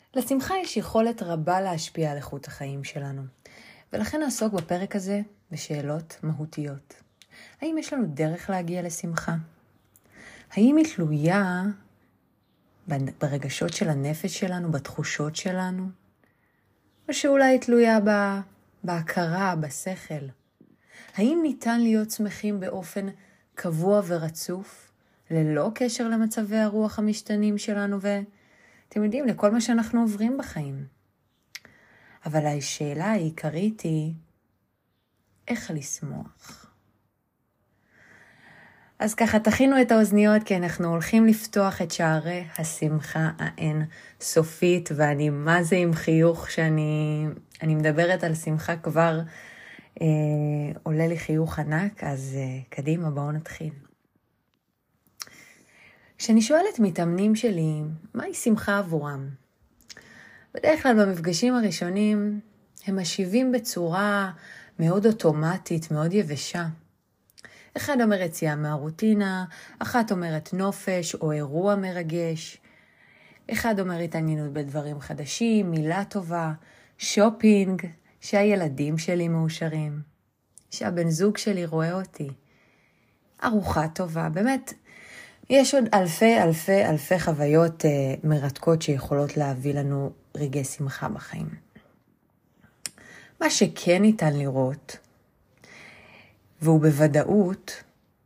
לשמחה יש יכולת רבה להשפיע על איכות החיים שלנו, ולכן נעסוק בפרק הזה בשאלות מהותיות. האם יש לנו דרך להגיע לשמחה? האם היא תלויה ברגשות של הנפש שלנו, בתחושות שלנו? או שאולי היא תלויה בהכרה, בשכל? האם ניתן להיות שמחים באופן קבוע ורצוף, ללא קשר למצבי הרוח המשתנים שלנו אתם יודעים, לכל מה שאנחנו עוברים בחיים? אבל השאלה העיקרית היא, איך לשמוח? אז ככה, תכינו את האוזניות, כי אנחנו הולכים לפתוח את שערי השמחה האין סופית, ואני מה זה עם חיוך שאני מדברת על שמחה כבר עולה לי חיוך ענק, אז קדימה, בואו נתחיל. כשאני שואלת מתאמנים שלי, מהי שמחה עבורם? בדרך כלל במפגשים הראשונים, הם משיבים בצורה מאוד אוטומטית, מאוד יבשה. אחד אומר יציאה מהרוטינה, אחת אומרת נופש או אירוע מרגש. אחד אומר התעניינות בדברים חדשים, מילה טובה, שופינג, שהילדים שלי מאושרים, שהבן זוג שלי רואה אותי, ארוחה טובה, באמת. יש עוד אלפי חוויות מרתקות שיכולות להביא לנו רגעי שמחה בחיים. מה שכן ניתן לראות, והוא בוודאות,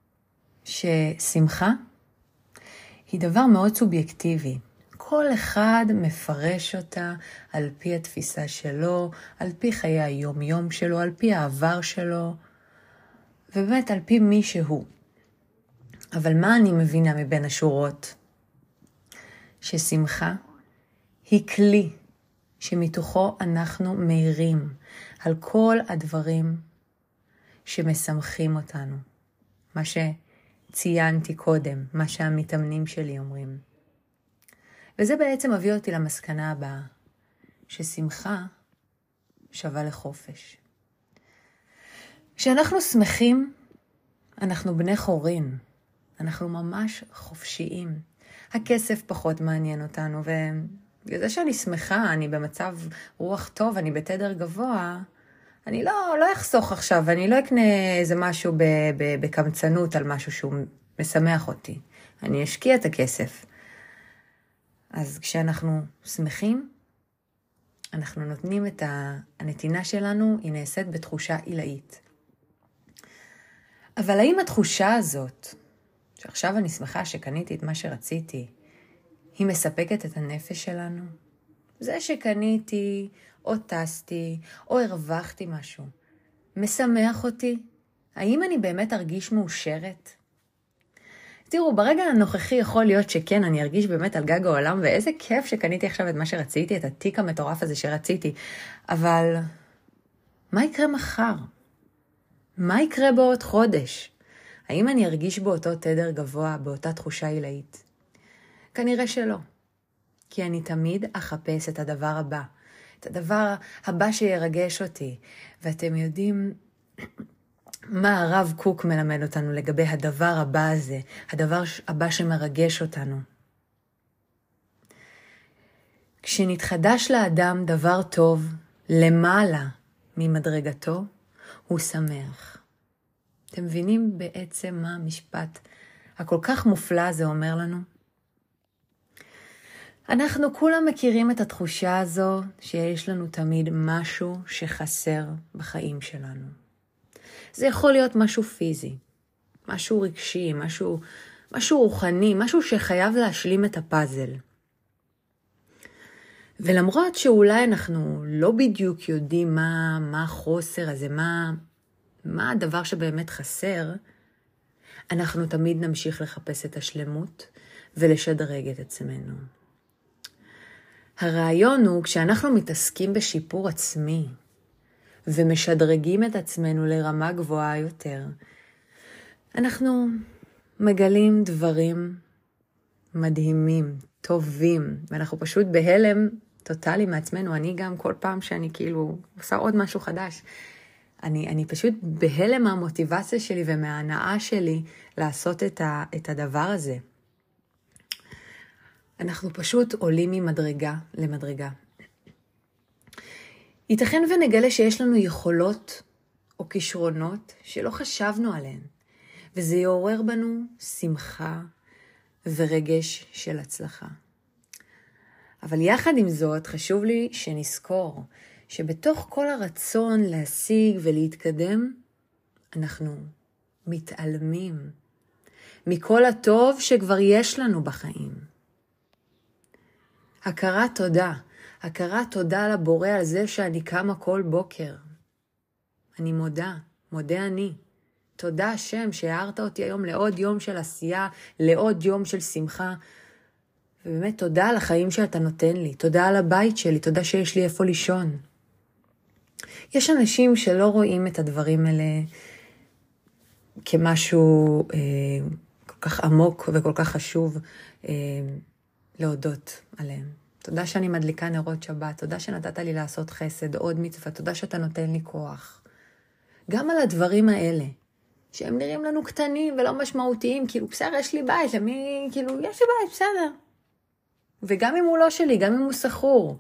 ששמחה היא דבר מאוד סובייקטיבי. כל אחד מפרש אותה על פי התפיסה שלו, על פי חיי היום-יום שלו, על פי העבר שלו, ובאמת על פי מי שהוא. אבל מה אני מבינה מבין השורות? ששמחה היא כלי שמתוכו אנחנו מאירים על כל הדברים שמשמחים אותנו. מה שציינתי קודם, מה שהמתאמנים שלי אומרים. וזה בעצם מביא אותי למסקנה הבאה, ששמחה שווה לחופש. כשאנחנו שמחים, אנחנו בני חורין. אנחנו ממש חופשיים. הכסף פחות מעניין אותנו, ובגלל שאני שמחה, אני במצב רוח טוב, אני בתדר גבוה, אני לא אחסוך עכשיו, אני לא אקנה איזה משהו בקמצנות על משהו שהוא משמח אותי. אני אשקיע את הכסף. אז כשאנחנו שמחים, אנחנו נותנים את הנתינה שלנו, היא נעשית בתחושה עילאית. אבל האם התחושה הזאת, שעכשיו אני שמחה שקניתי את מה שרציתי, היא מספקת את הנפש שלנו? זה שקניתי, או טסתי, או הרווחתי משהו, משמח אותי? האם אני באמת ארגיש מאושרת? תראו, ברגע הנוכחי יכול להיות שכן, אני ארגיש באמת על גג העולם, ואיזה כיף שקניתי עכשיו את מה שרציתי, את התיק המטורף הזה שרציתי. אבל מה יקרה מחר? מה יקרה בעוד חודש? האם אני ארגיש באותו תדר גבוה, באותה תחושה עילאית? כנראה שלא. כי אני תמיד אחפש את הדבר הבא. את הדבר הבא שירגש אותי. ואתם יודעים מה הרב קוק מלמד אותנו לגבי הדבר הבא הזה, הדבר הבא שמרגש אותנו. כשנתחדש לאדם דבר טוב למעלה ממדרגתו, הוא שמח. אתם מבינים בעצם מה המשפט הכל כך מופלא הזה אומר לנו? אנחנו כולם מכירים את התחושה הזו שיש לנו תמיד משהו שחסר בחיים שלנו. זה יכול להיות משהו פיזי, משהו רגשי, משהו רוחני, משהו שחייב להשלים את הפאזל. ולמרות שאולי אנחנו לא בדיוק יודעים מה החוסר הזה, מה הדבר שבאמת חסר, אנחנו תמיד נמשיך לחפש את השלמות ולשדרג את עצמנו. הרעיון הוא כשאנחנו מתעסקים בשיפור עצמי ומשדרגים את עצמנו לרמה גבוהה יותר, אנחנו מגלים דברים מדהימים, טובים, ואנחנו פשוט בהלם טוטלי מעצמנו. אני גם כל פעם שאני כאילו עושה עוד משהו חדש, אני פשוט בהלם מהמוטיבציה שלי ומההנאה שלי לעשות את הדבר הזה. אנחנו פשוט עולים ממדרגה למדרגה. ייתכן ונגלה שיש לנו יכולות או כישרונות שלא חשבנו עליהן, וזה יעורר בנו שמחה ורגש של הצלחה. אבל יחד עם זאת חשוב לי שנזכור שבתוך כל הרצון להשיג ולהתקדם, אנחנו מתעלמים מכל הטוב שכבר יש לנו בחיים. הכרת תודה לבורא על זה שאני קמה כל בוקר. אני מודה אני. תודה השם שהערת אותי היום לעוד יום של עשייה, לעוד יום של שמחה. ובאמת תודה על החיים שאתה נותן לי, תודה על הבית שלי, תודה שיש לי איפה לישון. יש אנשים שלא רואים את הדברים האלה כמשהו כל כך עמוק וכל כך חשוב להודות עליהם. תודה שאני מדליקה נרות שבת, תודה שנתת לי לעשות חסד, עוד מצווה, תודה שאתה נותן לי כוח. גם על הדברים האלה, שהם נראים לנו קטנים ולא משמעותיים, כאילו בסדר, יש לי בית, יש לי בית, בסדר. וגם אם הוא לא שלי, גם אם הוא סחור.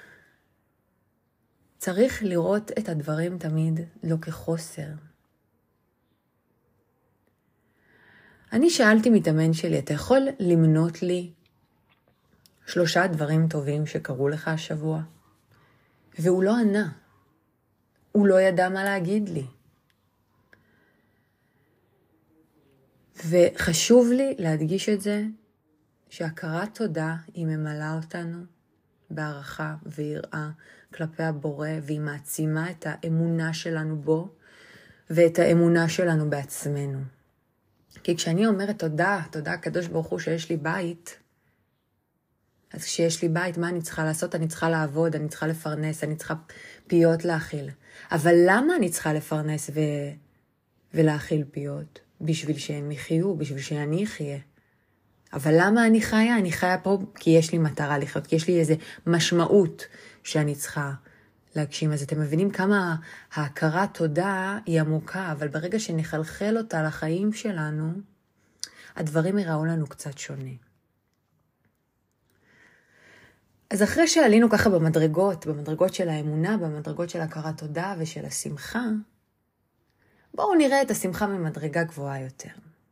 צריך לראות את הדברים תמיד לא כחוסר. אני שאלתי מתאמן שלי, אתה יכול למנות לי 3 דברים טובים שקרו לך השבוע? והוא לא ענה. הוא לא ידע מה להגיד לי. וחשוב לי להדגיש את זה, שהכרת תודה היא ממלאה אותנו בערכה ויראה כלפי הבורא, והיא מעצימה את האמונה שלנו בו, ואת האמונה שלנו בעצמנו. כי כשאני אומרת תודה הקדוש ברוך הוא שיש לי בית, אז כשיש לי בית, מה אני צריכה לעשות? אני צריכה לעבוד, אני צריכה לפרנס, אני צריכה פיות להאכיל. אבל למה אני צריכה לפרנס ולהאכיל פיות? בשביל שהם יחיו, בשביל שאני אחיה. אבל למה אני חיה? אני חיה פה כי יש לי מטרה לחיות, כי יש לי איזו משמעות שאני צריכה להגשים. אז אתם מבינים כמה ההכרת תודה היא עמוקה, אבל ברגע שנחלחל אותה לחיים שלנו, הדברים יראו לנו קצת שונה. אז אחרי שעלינו ככה במדרגות של האמונה, במדרגות של הכרת תודה ושל השמחה, בואו נראה את השמחה ממדרגה גבוהה יותר.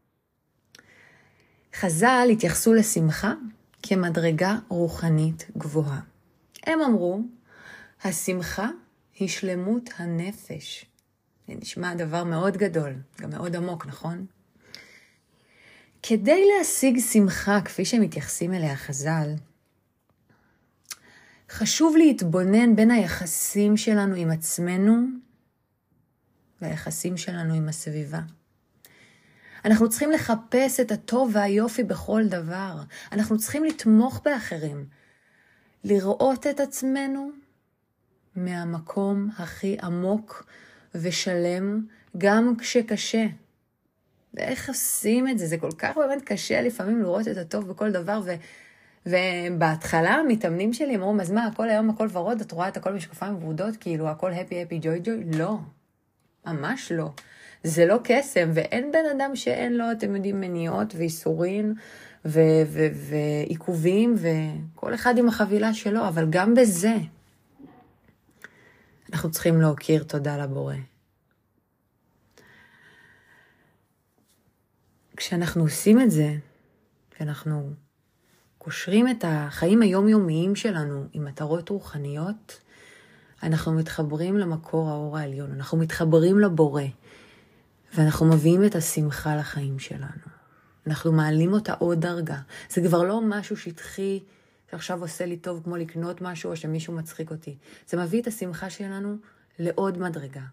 חז"ל התייחסו לשמחה כמדרגה רוחנית גבוהה. הם אמרו, השמחה היא שלמות הנפש. זה נשמע דבר מאוד גדול, גם מאוד עמוק, נכון? כדי להשיג שמחה, כפי שמתייחסים אליה חז"ל, חשוב להתבונן בין היחסים שלנו עם עצמנו והיחסים שלנו עם הסביבה. אנחנו צריכים לחפש את הטוב והיופי בכל דבר. אנחנו צריכים לתמוך באחרים. לראות את עצמנו מהמקום הכי עמוק ושלם, גם כשקשה. ואיך עושים את זה? זה כל כך באמת קשה לפעמים לראות את הטוב בכל דבר. ובהתחלה המתאמנים שלי אמרו, אז מה, הכל היום הכל ורוד, את רואה את הכל משקפיים ורודות, כאילו הכל happy happy joy joy? לא, ממש לא. זה לא קסם, ואין בן אדם שאין לו, אתם יודעים, מניעות ואיסורים ועיכובים, וכל אחד עם החבילה שלו, אבל גם בזה אנחנו צריכים להוקיר תודה לבורא. כשאנחנו עושים את זה, כשאנחנו קושרים את החיים היומיומיים שלנו עם מטרות רוחניות, אנחנו מתחברים למקור האור העליון, אנחנו מתחברים לבורא, ואנחנו מביאים את השמחה לחיים שלנו. אנחנו מעלים אותה עוד דרגה. זה כבר לא משהו שטחי, שעכשיו עושה לי טוב כמו לקנות משהו, או שמישהו מצחיק אותי. זה מביא את השמחה שלנו לעוד מדרגה.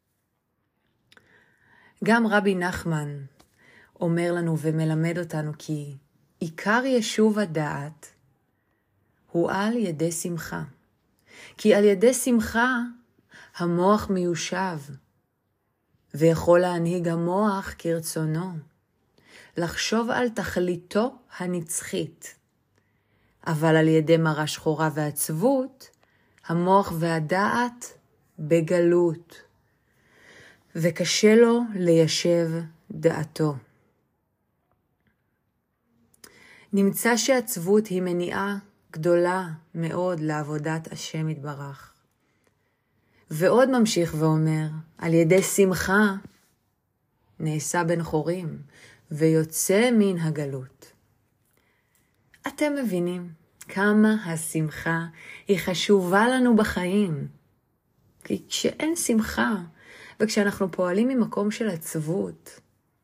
גם רבי נחמן אומר לנו ומלמד אותנו כי עיקר ישוב הדעת הוא על ידי שמחה. כי על ידי שמחה המוח מיושב, ויכול להנהיג המוח כרצונו, לחשוב על תכליתו הנצחית. אבל על ידי מראה שחורה ועצבות, המוח והדעת בגלות, וקשה לו ליישב דעתו. נמצא שעצבות היא מניעה גדולה מאוד לעבודת השם יתברך. ועוד ממשיך ואומר, על ידי שמחה נעשה בן חורים ויוצא מן הגלות. אתם מבינים כמה השמחה היא חשובה לנו בחיים. כי כשאין שמחה וכשאנחנו פועלים ממקום של עצבות,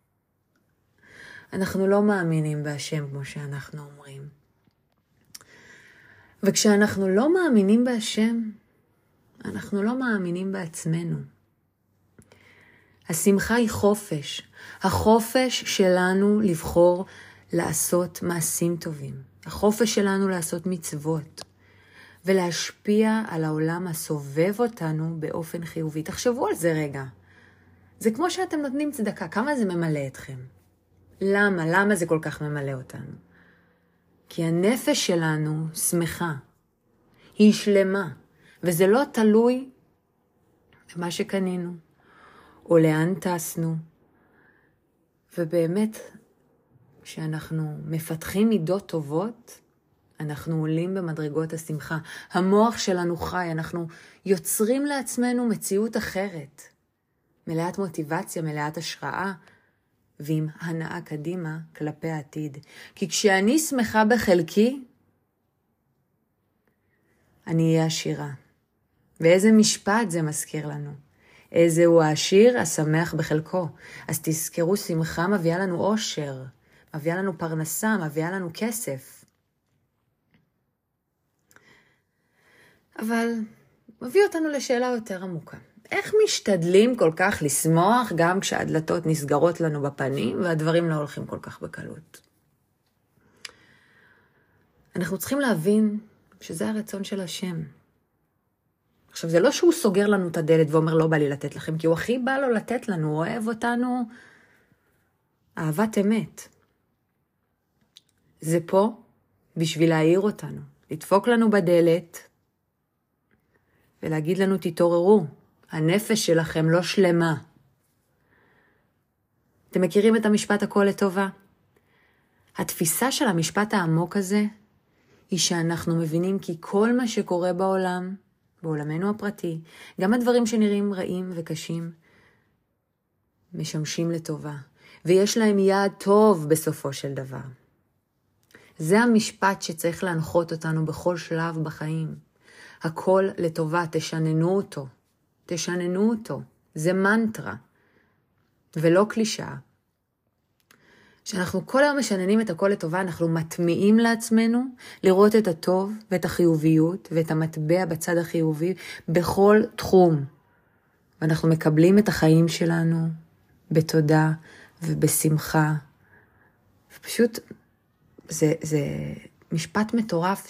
אנחנו לא מאמינים בהשם כמו שאנחנו אומרים. וכשאנחנו לא מאמינים בהשם, אנחנו לא מאמינים בעצמנו. השמחה היא חופש. החופש שלנו לבחור לעשות מעשים טובים. החופש שלנו לעשות מצוות. ולהשפיע על העולם הסובב אותנו באופן חיובי. תחשבו על זה רגע. זה כמו שאתם נותנים צדקה. כמה זה ממלא אתכם? למה? למה זה כל כך ממלא אותנו? כי הנפש שלנו שמחה. היא שלמה. וזה לא תלוי במה שקנינו. או לאן טסנו. ובאמת, כשאנחנו מפתחים מידות טובות, אנחנו עולים במדרגות השמחה. המוח שלנו חי, אנחנו יוצרים לעצמנו מציאות אחרת. מלאת מוטיבציה, מלאת השראה, ועם הנאה קדימה כלפי העתיד. כי כשאני שמחה בחלקי, אני אהיה עשירה. ואיזה משפט זה מזכיר לנו. איזה הוא העשיר השמח בחלקו. אז תזכרו, שמחה מביאה לנו אושר, מביאה לנו פרנסה, מביאה לנו כסף. אבל מביא אותנו לשאלה יותר עמוקה. איך משתדלים כל כך לשמוח גם כשהדלתות נסגרות לנו בפנים והדברים לא הולכים כל כך בקלות? אנחנו צריכים להבין שזה הרצון של השם. עכשיו, זה לא שהוא סוגר לנו את הדלת ואומר לא בא לי לתת לכם, כי הוא הכי בא לו לתת לנו, הוא אוהב אותנו אהבת אמת. זה פה בשביל להעיר אותנו, לדפוק לנו בדלת ולהגיד לנו תתעוררו, הנפש שלכם לא שלמה. אתם מכירים את המשפט הכל לטובה? התפיסה של המשפט העמוק הזה היא שאנחנו מבינים כי כל מה שקורה בעולם, בעולמנו הפרטי, גם הדברים שנראים רעים וקשים, משמשים לטובה. ויש להם יעד טוב בסופו של דבר. זה המשפט שצריך להנחות אותנו בכל שלב בחיים. הכל לטובה, תשננו אותו. תשננו אותו. זה מנטרה. ולא קלישאה. כשאנחנו כל היום משננים את הכל לטובה, אנחנו מטמיעים לעצמנו לראות את הטוב ואת החיוביות ואת המטבע בצד החיובי בכל תחום. ואנחנו מקבלים את החיים שלנו בתודה ובשמחה. ופשוט זה משפט מטורף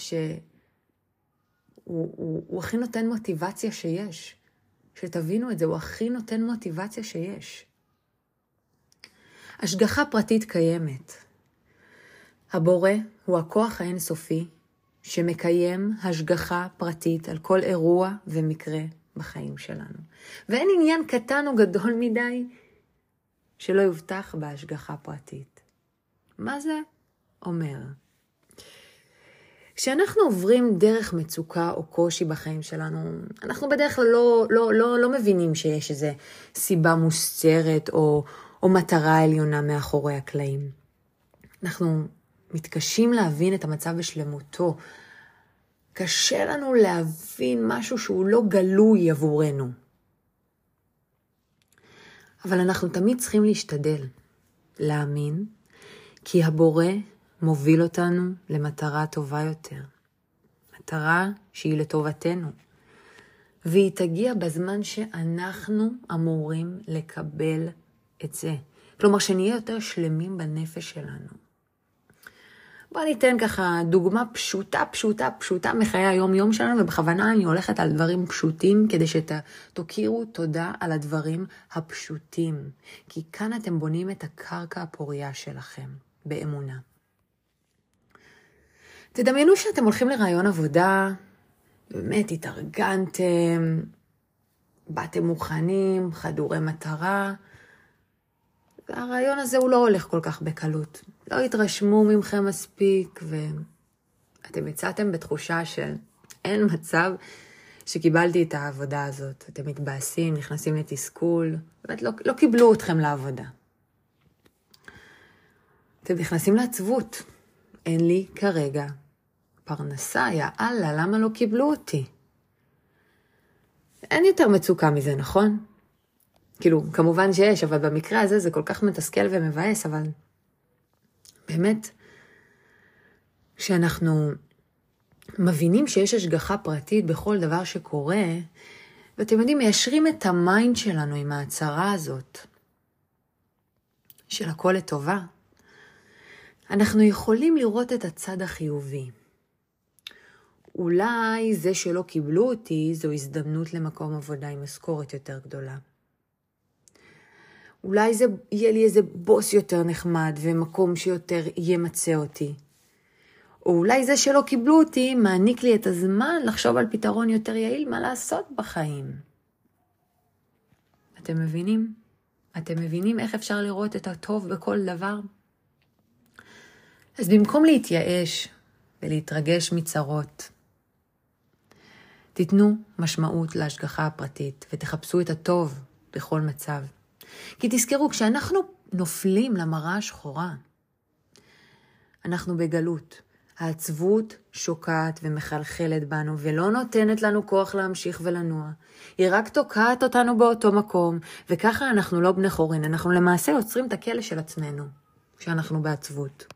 שהוא הכי נותן מוטיבציה שיש. שתבינו את זה, הוא הכי נותן מוטיבציה שיש. השגחה פרטית קיימת. הבורא הוא הכוח האינסופי שמקיים השגחה פרטית על כל אירוע ומקרה בחיים שלנו. ואין עניין קטן או גדול מדי שלא יובטח בהשגחה פרטית. מה זה אומר? כשאנחנו עוברים דרך מצוקה או קושי בחיים שלנו, אנחנו בדרך כלל לא מבינים שיש איזו סיבה מוסתרת או מטרה עליונה מאחורי הקלעים. אנחנו מתקשים להבין את המצב בשלמותו. קשה לנו להבין משהו שהוא לא גלוי עבורנו. אבל אנחנו תמיד צריכים להשתדל, להאמין, כי הבורא מוביל אותנו למטרה טובה יותר. מטרה שהיא לטובתנו. והיא תגיע בזמן שאנחנו אמורים לקבל את זה. כלומר, שנהיה יותר שלמים בנפש שלנו. בואו ניתן ככה דוגמה פשוטה מחיי היום-יום שלנו, ובכוונה אני הולכת על דברים פשוטים, כדי שתכירו תודה על הדברים הפשוטים. כי כאן אתם בונים את הקרקע הפוריה שלכם, באמונה. תדמיינו שאתם הולכים לרעיון עבודה, באמת התארגנתם, באתם מוכנים, חדורי מטרה, והרעיון הזה הוא לא הולך כל כך בקלות. לא התרשמו ממכם מספיק, ואתם יצאתם בתחושה של אין מצב שקיבלתי את העבודה הזאת. אתם מתבאסים, נכנסים לתסכול, באמת לא קיבלו אתכם לעבודה. אתם נכנסים לעצבות. אין לי כרגע פרנסה, יאללה, למה לא קיבלו אותי? אין יותר מצוקה מזה, נכון? כאילו, כמובן שיש, אבל במקרה הזה זה כל כך מתסכל ומבאס, אבל באמת, כשאנחנו מבינים שיש השגחה פרטית בכל דבר שקורה, ואתם יודעים, מיישרים את המיינד שלנו עם ההצהרה הזאת, של הכל לטובה, אנחנו יכולים לראות את הצד החיובי. אולי זה שלא קיבלו אותי, זו הזדמנות למקום עבודה עם משכורת יותר גדולה. אולי יהיה לי איזה בוס יותר נחמד ומקום שיותר ימצא אותי. או אולי זה שלא קיבלו אותי מעניק לי את הזמן לחשוב על פתרון יותר יעיל מה לעשות בחיים. אתם מבינים? אתם מבינים איך אפשר לראות את הטוב בכל דבר? אז במקום להתייאש ולהתרגש מצרות, תיתנו משמעות להשגחה הפרטית ותחפשו את הטוב בכל מצב. כי תזכרו, כשאנחנו נופלים למראה השחורה, אנחנו בגלות. העצבות שוקעת ומחלחלת בנו ולא נותנת לנו כוח להמשיך ולנוע. היא רק תוקעת אותנו באותו מקום, וככה אנחנו לא בני חורין. אנחנו למעשה יוצרים את הכלא של עצמנו כשאנחנו בעצבות.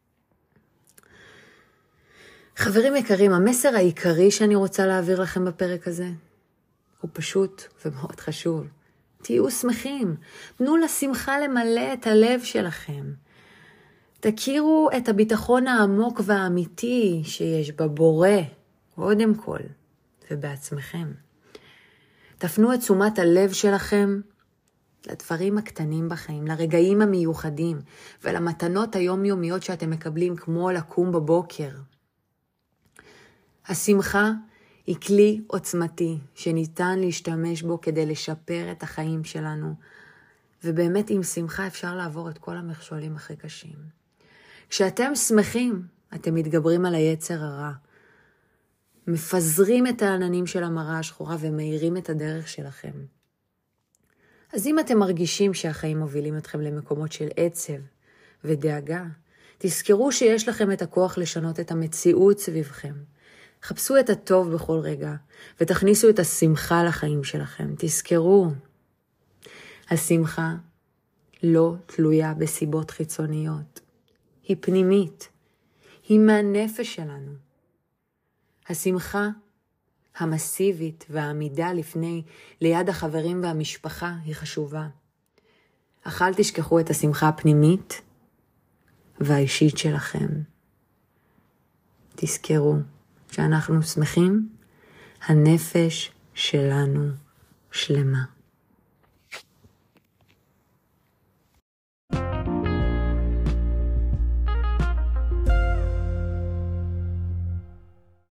חברים יקרים, המסר העיקרי שאני רוצה להעביר לכם בפרק הזה הוא פשוט ומאוד חשוב. תהיו שמחים. תנו לשמחה למלא את הלב שלכם. תכירו את הביטחון העמוק והאמיתי שיש בבורא, קודם כל, ובעצמכם. תפנו את תשומת הלב שלכם לדברים הקטנים בחיים, לרגעים המיוחדים, ולמתנות היומיומיות שאתם מקבלים, כמו לקום בבוקר. השמחה היא כלי עוצמתי שניתן להשתמש בו כדי לשפר את החיים שלנו, ובאמת עם שמחה אפשר לעבור את כל המכשולים הכי קשים. כשאתם שמחים, אתם מתגברים על היצר הרע, מפזרים את העננים של המראה השחורה ומאירים את הדרך שלכם. אז אם אתם מרגישים שהחיים מובילים אתכם למקומות של עצב ודאגה, תזכרו שיש לכם את הכוח לשנות את המציאות סביבכם. חפשו את הטוב בכל רגע, ותכניסו את השמחה לחיים שלכם. תזכרו, השמחה לא תלויה בסיבות חיצוניות. היא פנימית. היא מהנפש שלנו. השמחה המסיבית והעמידה ליד החברים והמשפחה היא חשובה. אך אל תשכחו את השמחה הפנימית והאישית שלכם. תזכרו, כשאנחנו שמחים, הנפש שלנו שלמה.